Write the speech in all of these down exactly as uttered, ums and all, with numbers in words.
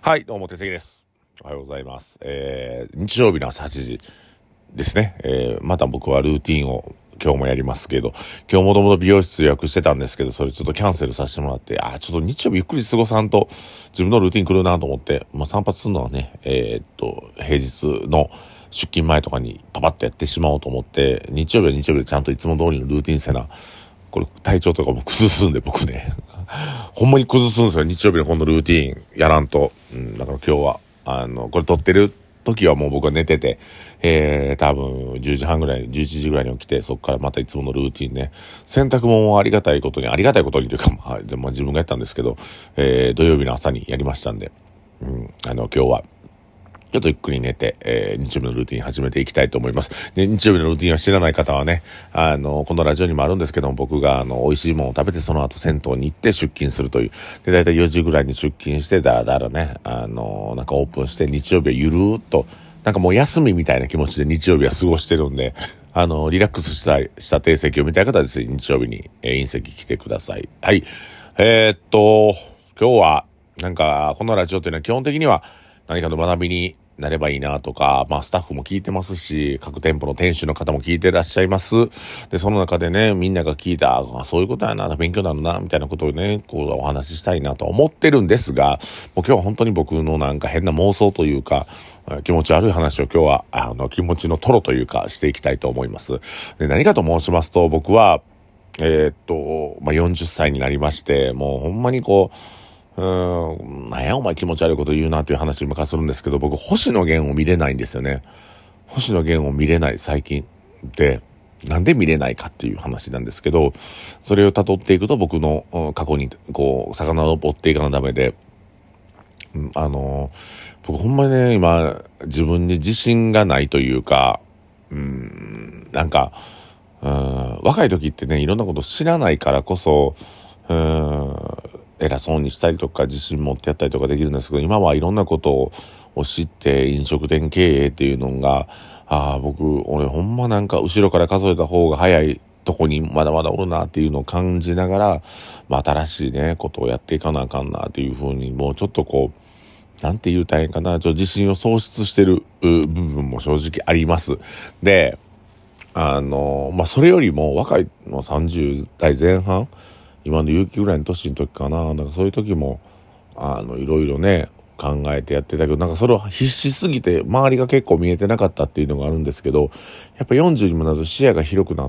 はい、どうも、手seguです。おはようございます。えー、日曜日の朝はちじですね。えー、また僕はルーティンを今日もやりますけど、今日もともと美容室予約してたんですけど、それちょっとキャンセルさせてもらって、あ、ちょっと日曜日ゆっくり過ごさんと自分のルーティン来るなと思って、まあ散髪するのはね、えー、っと、平日の出勤前とかにパパッとやってしまおうと思って、日曜日は日曜日でちゃんといつも通りのルーティンせな、これ体調とかも崩すんで僕ねほんまに崩すんですよ。日曜日のこのルーティーンやらんと。うん、だから今日は、あの、これ撮ってる時はもう僕は寝てて、えー、多分じゅうじはんぐらい、じゅういちじぐらいに起きて、そこからまたいつものルーティーンね。洗濯物をありがたいことに、ありがたいことにというか、まあ、まあ、自分がやったんですけど、えー、土曜日の朝にやりましたんで、うん、あの、今日は、ちょっとゆっくり寝て、えー、日曜日のルーティン始めていきたいと思います。で、日曜日のルーティンを知らない方はね、あの、このラジオにもあるんですけども、僕が、あの、美味しいものを食べて、その後銭湯に行って出勤するという。で、だいたいよじぐらいに出勤して、だらだらね、あの、なんかオープンして、日曜日はゆるーっと、なんかもう休みみたいな気持ちで日曜日は過ごしてるんで、あの、リラックスしたい、した定石を見たい方はですね、日曜日に、えー、隕石来てください。はい。えー、っと、今日は、なんか、このラジオというのは基本的には何かの学びに、なればいいなとか、まあスタッフも聞いてますし、各店舗の店主の方も聞いてらっしゃいます。で、その中でね、みんなが聞いた、あ、そういうことやな、勉強になるな、みたいなことをね、こうお話ししたいなと思ってるんですが、もう今日は本当に僕のなんか変な妄想というか、気持ち悪い話を今日は、あの、気持ちのトロというか、していきたいと思います。で、何かと申しますと、僕は、えー、っと、まあよんじゅっさいになりまして、もうほんまにこう、うーん、なんやお前気持ち悪いこと言うなという話を昔するんですけど、僕星野源を見れないんですよね。星野源を見れない最近で、なんで見れないかっていう話なんですけど、それを辿っていくと僕の過去にこう遡っていかなダメで、あの僕ほんまにね今自分に自信がないというか、うーんなんかうーん若い時ってねいろんなこと知らないからこそ、うーん偉そうにしたりとか自信持ってやったりとかできるんですけど、今はいろんなことを知って飲食店経営っていうのが、ああ、僕、俺ほんまなんか後ろから数えた方が早いとこにまだまだおるなっていうのを感じながら、まあ新しいね、ことをやっていかなあかんなっていうふうに、もうちょっとこう、なんて言うたらいいかな、ちょっと自信を喪失してる部分も正直あります。で、あの、まあそれよりも若いのさんじゅう代前半、今の勇気ぐらいの年の時かな。なんかそういう時も、あの、いろいろね、考えてやってたけど、なんかそれを必死すぎて、周りが結構見えてなかったっていうのがあるんですけど、やっぱよんじゅうにもなると視野が広くなって、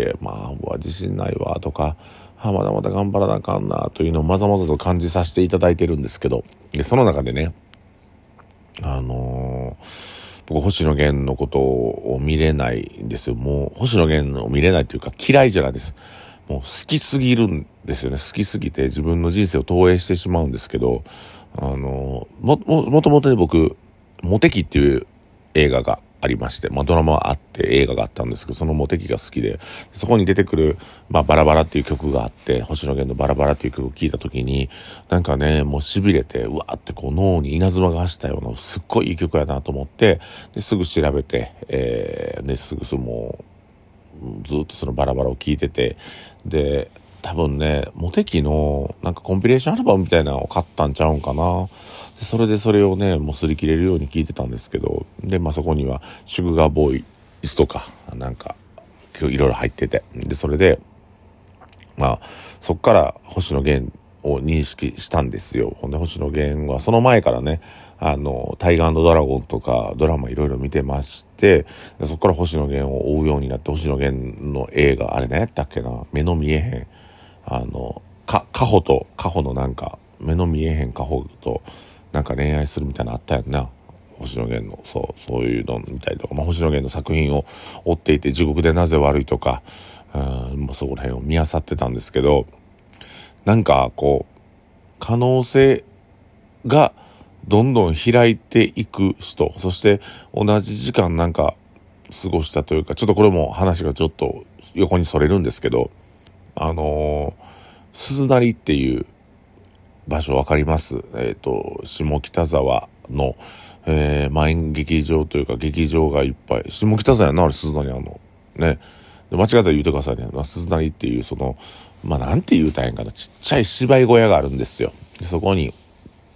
まあ、うわ、自信ないわ、とか、あ、まだまだ頑張らなあかんな、というのをまざまざと感じさせていただいてるんですけど、で、その中でね、あのー、僕、星野源のことを見れないんですよ。もう、星野源を見れないというか、嫌いじゃないです。もう好きすぎるんですよね。好きすぎて自分の人生を投影してしまうんですけど、あの、も、も、もともとね、僕、モテキっていう映画がありまして、まあドラマはあって映画があったんですけど、そのモテキが好きで、そこに出てくる、まあバラバラっていう曲があって、星野源のバラバラっていう曲を聴いた時に、なんかね、もう痺れて、うわーってこう脳に稲妻が走ったような、すっごいいい曲やなと思って、で、すぐ調べて、えー、で、すぐその、ずっとそのバラバラを聞いてて、で、多分ね、モテキのなんかコンピレーションアルバムみたいなのを買ったんちゃうんかな。でそれでそれをね、もう擦り切れるように聞いてたんですけど、で、まあそこにはシュガーボーイズとか、なんか、いろいろ入ってて、で、それで、まあ、そっから星野源を認識したんですよ。ほんで、星野源はその前からね、あの、タイガー&ドラゴンとかドラマいろいろ見てまして、そこから星野源を追うようになって、星野源の映画、あれ何やったっけな、目の見えへん、あの、か、カホと、カホのなんか、目の見えへんカホと、なんか恋愛するみたいなのあったやんな。星野源の、そう、そういうの見たりとか、まあ、星野源の作品を追っていて、地獄でなぜ悪いとか、うん、まあ、そこら辺を見漁ってたんですけど、なんか、こう、可能性がどんどん開いていく人、そして同じ時間なんか過ごしたというか、ちょっとこれも話がちょっと横にそれるんですけど、あのー、鈴なりっていう場所わかります？えっと、下北沢の、えー、満劇場というか劇場がいっぱい。下北沢やな、あれ鈴なりあの。ね。間違ったら言うてくださいね。鈴なりっていうその、まあ、なんて言うたんやんかな。ちっちゃい芝居小屋があるんですよ。でそこに、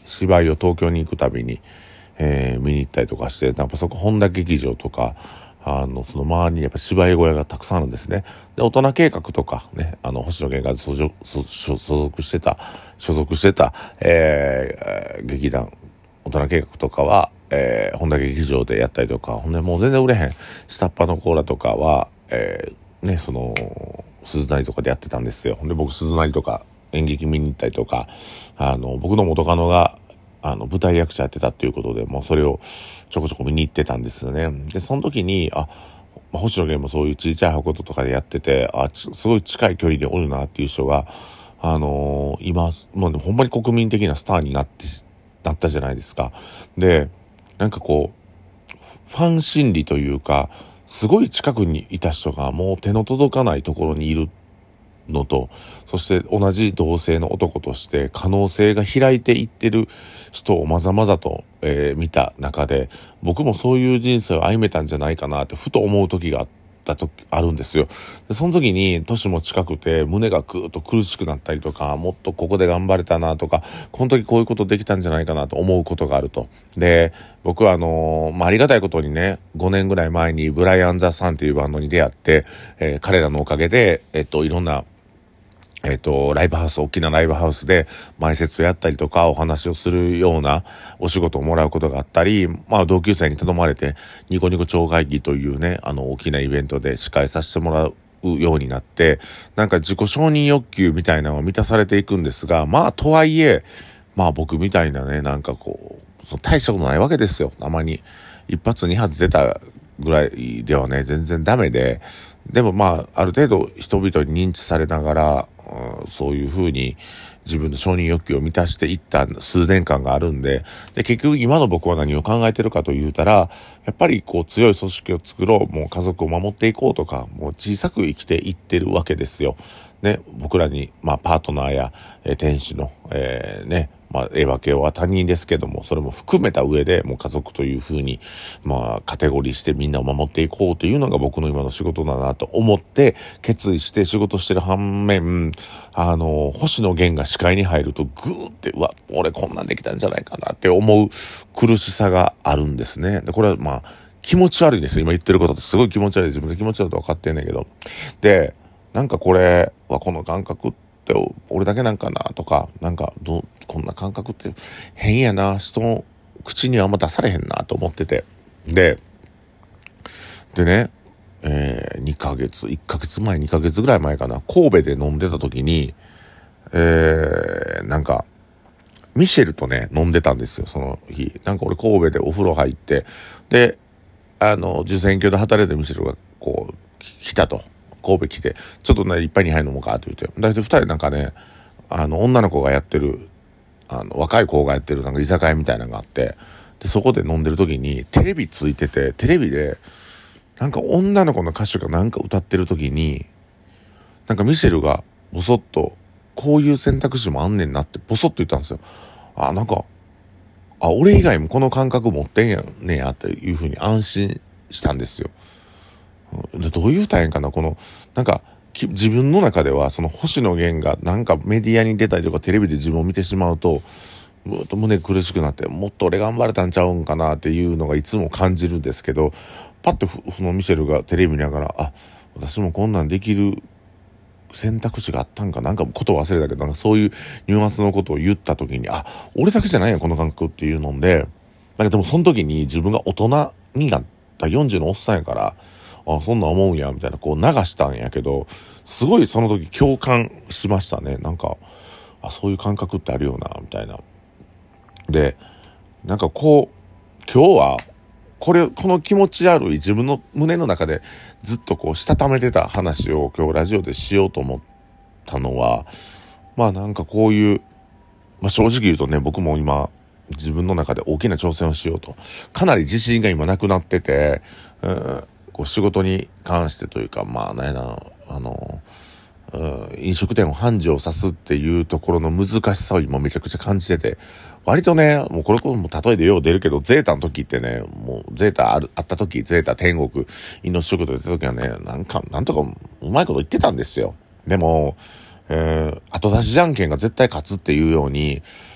芝居を東京に行くたびに、えー、見に行ったりとかして、やっぱそこ本田劇場とか、あの、その周りにやっぱ芝居小屋がたくさんあるんですね。で、大人計画とかね、あの、星野源が所属、所属してた、所属してた、えー、劇団、大人計画とかは、えー、本田劇場でやったりとか、ほんでもう全然売れへん、下っ端のコーラとかは、えー、ね、その、鈴なりとかでやってたんですよ。ほんで僕鈴なりとか演劇見に行ったりとか、あの、僕の元カノが、あの、舞台役者やってたっていうことで、もうそれをちょこちょこ見に行ってたんですよね。で、その時に、あ、星野源もそういう小さい箱とかでやってて、あ、すごい近い距離でおるなっていう人が、あのー、今、もうほんまに国民的なスターになって、なったじゃないですか。で、なんかこう、ファン心理というか、すごい近くにいた人がもう手の届かないところにいるのと、そして同じ同性の男として可能性が開いていってる人をまざまざと、えー、見た中で、僕もそういう人生を歩めたんじゃないかなってふと思う時があった時あるんですよ。でその時に年も近くて胸がぐーっと苦しくなったりとか、もっとここで頑張れたなとか、この時こういうことできたんじゃないかなと思うことがあると。で、僕はあのー、まあ、ありがたいことにね、ごねんぐらい前にブライアン・ザ・サンっていうバンドに出会って、えー、彼らのおかげで、えっと、いろんなえっと、ライブハウス、大きなライブハウスで前説をやったりとかお話をするようなお仕事をもらうことがあったり、まあ同級生に頼まれてニコニコ超会議というね、あの大きなイベントで司会させてもらうようになって、なんか自己承認欲求みたいなのが満たされていくんですが、まあとはいえ、まあ僕みたいなね、なんかこう、その大したことないわけですよ。たまに一発二発出たぐらいではね、全然ダメで、でもまあある程度人々に認知されながら、うん、そういう風に自分の承認欲求を満たしていった数年間があるんで、で結局今の僕は何を考えてるかと言うたら、やっぱりこう強い組織を作ろう、もう家族を守っていこうとか、もう小さく生きていってるわけですよ。ね、僕らにまあパートナーや、えー、天使の、えー、ね、まあ、エヴァ系は他人ですけども、それも含めた上で、もう家族という風に、まあ、カテゴリーしてみんなを守っていこうというのが僕の今の仕事だなと思って、決意して仕事してる反面、あの、星野源が視界に入ると、ぐーって、うわ、俺こんなんできたんじゃないかなって思う苦しさがあるんですね。で、これはまあ、気持ち悪いですよ。今言ってることってすごい気持ち悪い。自分で気持ち悪いと分かってんねんけど。で、なんかこれはこの感覚って、俺だけなんかなとか、なんかどこんな感覚って変やな、人の口にはあんま出されへんなと思ってて、ででね、えー、にかげついっかげつまえにかげつぐらい前かな、神戸で飲んでた時に、えー、なんかミシェルとね飲んでたんですよ、その日。なんか俺神戸でお風呂入って、であの受選挙で働いてるミシェルがこう来たと。神戸来て、ちょっとね、いっぱいに入るのもかって言って。だいたい二人なんかね、あの、女の子がやってる、あの、若い子がやってるなんか居酒屋みたいなのがあって、で、そこで飲んでる時にテレビついてて、テレビで、なんか女の子の歌手がなんか歌ってる時に、なんかミシェルがボソッと、こういう選択肢もあんねんなってボソッと言ったんですよ。あ、なんか、あ、俺以外もこの感覚持ってんやねやっていう風に安心したんですよ。どういう歌やんかな、このなんか自分の中ではその星野源がなんかメディアに出たりとかテレビで自分を見てしまうと、むっと胸苦しくなって、もっと俺頑張れたんちゃうんかなっていうのがいつも感じるんですけど、パッとそのミシェルがテレビ見ながら、あ、私もこんなんできる選択肢があったんか、なんかこと忘れたけど、なんかそういうニュアンスのことを言った時に、あ、俺だけじゃないやんこの感覚っていうので、なんかでもその時に自分が大人になったよんじゅうのおっさんやから、あ、そんなん思うんやみたいなこう流したんやけど、すごいその時共感しましたね。なんか、あ、そういう感覚ってあるよなみたいな。で、なんかこう今日はこれこの気持ち悪い自分の胸の中でずっとこうしたためてた話を今日ラジオでしようと思ったのは、まあなんかこういう、まあ正直言うとね、僕も今自分の中で大きな挑戦をしようと、かなり自信が今なくなってて、うん、こう仕事に関してというか、まあねな、あの、うん、飲食店を繁盛さすっていうところの難しさを今めちゃくちゃ感じてて、割とね、もうこれこそも例えでよう出るけど、ゼータの時ってね、もうゼータある、あった時、ゼータ天国、命食堂出た時はね、なんか、なんとかうまいこと言ってたんですよ。でも、えー、後出しじゃんけんが絶対勝つっていうように、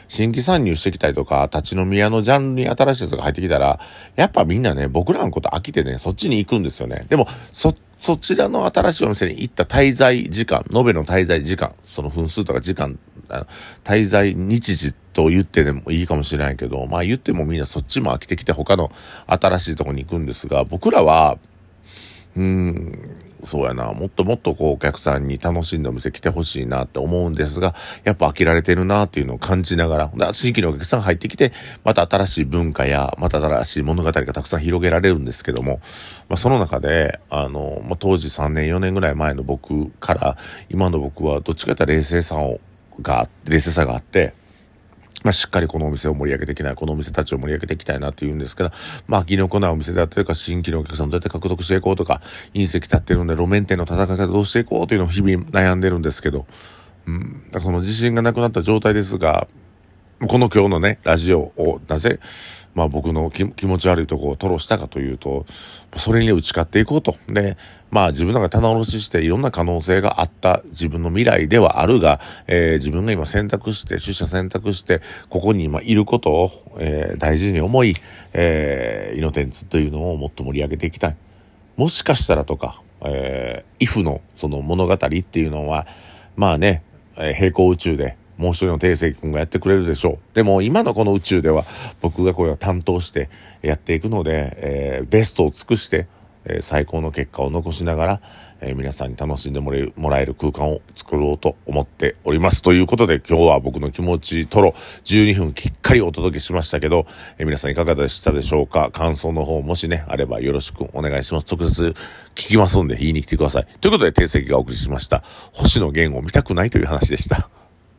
新規参入してきたりとか、立ち飲み屋のジャンルに新しいやつが入ってきたら、やっぱみんなね、僕らのこと飽きてね、そっちに行くんですよね。でも、そ、そちらの新しいお店に行った滞在時間、延べの滞在時間、その分数とか時間、滞在日時と言ってでもいいかもしれないけど、まあ言ってもみんなそっちも飽きてきて他の新しいところに行くんですが、僕らは、うーん、そうやな、もっともっとこうお客さんに楽しんでお店来てほしいなって思うんですが、やっぱ飽きられてるなっていうのを感じながら、だ新規のお客さんが入ってきて、また新しい文化や、また新しい物語がたくさん広げられるんですけども、まあその中で、あの、まあ当時さんねんよねんぐらい前の僕から、今の僕はどっちかというと冷静さを、が、冷静さがあって、まあ、しっかりこのお店を盛り上げていきたい、このお店たちを盛り上げていきたいなって言うんですけど、まあ、飽きのこないお店であったりとか、新規のお客さんをどうやって獲得していこうとか、隕石立ってるんで、路面店の戦い方どうしていこうというのを日々悩んでるんですけど、うん、だからその自信がなくなった状態ですが、この今日のね、ラジオをなぜ、まあ僕の気持ち悪いところを吐露したかというと、それに打ち勝っていこうと。で、まあ自分らが棚卸ししていろんな可能性があった自分の未来ではあるが、えー、自分が今選択して、取捨選択して、ここに今いることを、えー、大事に思い、えー、イノテンツというのをもっと盛り上げていきたい。もしかしたらとか、えー、イフのその物語っていうのは、まあね、えー、平行宇宙で、もう一人の定石君がやってくれるでしょう。でも今のこの宇宙では僕がこれを担当してやっていくので、えー、ベストを尽くして、えー、最高の結果を残しながら、えー、皆さんに楽しんでもらえる、もらえる空間を作ろうと思っております。ということで今日は僕の気持ちトロじゅうにふんきっかりお届けしましたけど、えー、皆さんいかがでしたでしょうか。感想の方もしね、あればよろしくお願いします。直接聞きますんで言いに来てください。ということで定石がお送りしました。星野源を見たくないという話でした。